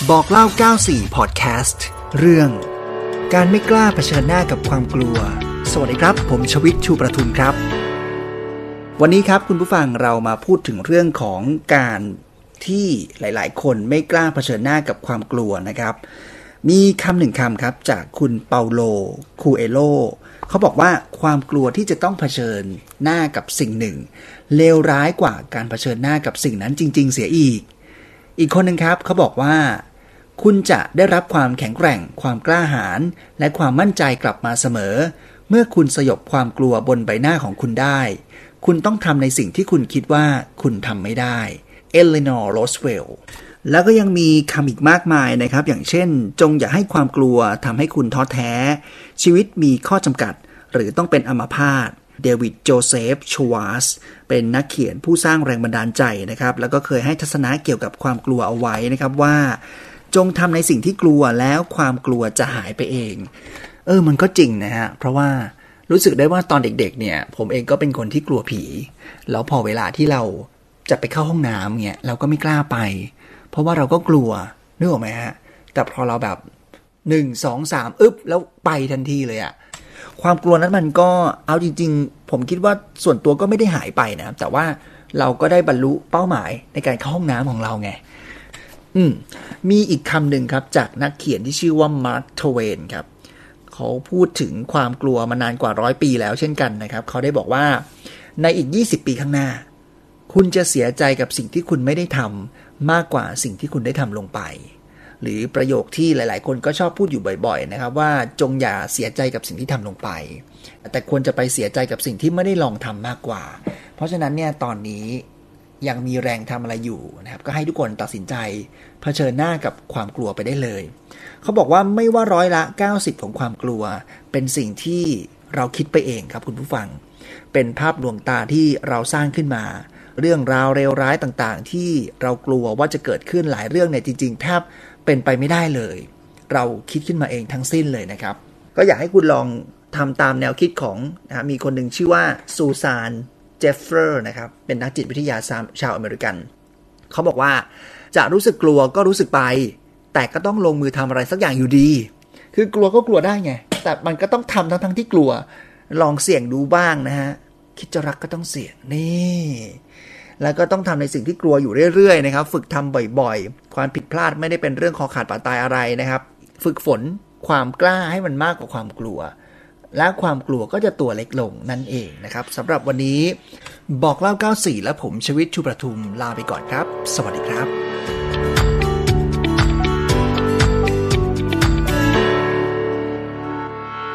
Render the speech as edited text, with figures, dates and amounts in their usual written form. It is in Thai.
บอกเล่า94พอดแคสต์เรื่องการไม่กล้าเผชิญหน้ากับความกลัวสวัสดีครับผมชวิตชูประทุมครับวันนี้ครับคุณผู้ฟังเรามาพูดถึงเรื่องของการที่หลายๆคนไม่กล้าเผชิญหน้ากับความกลัวนะครับมีคำหนึ่งคำครับจากคุณเปาโลคูเอโลเขาบอกว่าความกลัวที่จะต้องเผชิญหน้ากับสิ่งหนึ่งเลวร้ายกว่าการเผชิญหน้ากับสิ่งนั้นจริงๆเสียอีกคนหนึ่งครับเขาบอกว่าคุณจะได้รับความแข็งแกร่งความกล้าหาญและความมั่นใจกลับมาเสมอเมื่อคุณสยบความกลัวบนใบหน้าของคุณได้คุณต้องทำในสิ่งที่คุณคิดว่าคุณทำไม่ได้เอเลนอร์ โรสเวลล์แล้วก็ยังมีคำอีกมากมายนะครับอย่างเช่นจงอย่าให้ความกลัวทำให้คุณท้อแท้ชีวิตมีข้อจำกัดหรือต้องเป็นอัมพาตเดวิดโจเซฟชวาร์ซเป็นนักเขียนผู้สร้างแรงบันดาลใจนะครับแล้วก็เคยให้ทัศนะเกี่ยวกับความกลัวเอาไว้นะครับว่าจงทำในสิ่งที่กลัวแล้วความกลัวจะหายไปเองมันก็จริงนะฮะเพราะว่ารู้สึกได้ว่าตอนเด็กๆเนี่ยผมเองก็เป็นคนที่กลัวผีแล้วพอเวลาที่เราจะไปเข้าห้องน้ำเนี่ยเราก็ไม่กล้าไปเพราะว่าเราก็กลัวนึกออกไหมฮะแต่พอเราแบบ1 2 3แล้วไปทันทีเลยอะความกลัวนั้นมันก็เอาจริงๆผมคิดว่าส่วนตัวก็ไม่ได้หายไปนะแต่ว่าเราก็ได้บรรลุเป้าหมายในการเข้าห้องน้ำของเราไงมีอีกคำหนึ่งครับจากนักเขียนที่ชื่อว่ามาร์ค ทเวนครับเขาพูดถึงความกลัวมานานกว่า100 ปีแล้วเช่นกันนะครับเขาได้บอกว่าในอีก20 ปีข้างหน้าคุณจะเสียใจกับสิ่งที่คุณไม่ได้ทำมากกว่าสิ่งที่คุณได้ทำลงไปหรือประโยคที่หลายๆคนก็ชอบพูดอยู่บ่อยๆนะครับว่าจงอย่าเสียใจกับสิ่งที่ทำลงไปแต่ควรจะไปเสียใจกับสิ่งที่ไม่ได้ลองทำมากกว่าเพราะฉะนั้นเนี่ยตอนนี้ยังมีแรงทำอะไรอยู่นะครับก็ให้ทุกคนตัดสินใจเผชิญหน้ากับความกลัวไปได้เลยเขาบอกว่าไม่ว่า90%ของความกลัวเป็นสิ่งที่เราคิดไปเองครับคุณผู้ฟังเป็นภาพลวงตาที่เราสร้างขึ้นมาเรื่องราวเลวร้ายต่างๆที่เรากลัวว่าจะเกิดขึ้นหลายเรื่องเนี่ยจริงๆแทบเป็นไปไม่ได้เลยเราคิดขึ้นมาเองทั้งสิ้นเลยนะครับก็อยากให้คุณลองทำตามแนวคิดของมีคนหนึ่งชื่อว่าซูซานเจฟเฟอร์นะครับเป็นนักจิตวิทยาชาวอเมริกันเขาบอกว่าจะรู้สึกกลัวก็รู้สึกไปแต่ก็ต้องลงมือทำอะไรสักอย่างอยู่ดีคือกลัวก็กลัวได้ไงแต่มันก็ต้องทำทั้งที่กลัวลองเสี่ยงดูบ้างนะฮะคิดจะรักก็ต้องเสี่ยงนี่แล้วก็ต้องทำในสิ่งที่กลัวอยู่เรื่อยๆนะครับฝึกทำบ่อยๆความผิดพลาดไม่ได้เป็นเรื่องคอขาดบาดตายอะไรนะครับฝึกฝนความกล้าให้มันมากกว่าความกลัวและความกลัวก็จะตัวเล็กลงนั่นเองนะครับสำหรับวันนี้บอกเล่า94และผมชวิตชูประทุมลาไปก่อนครับสวัสดีครับ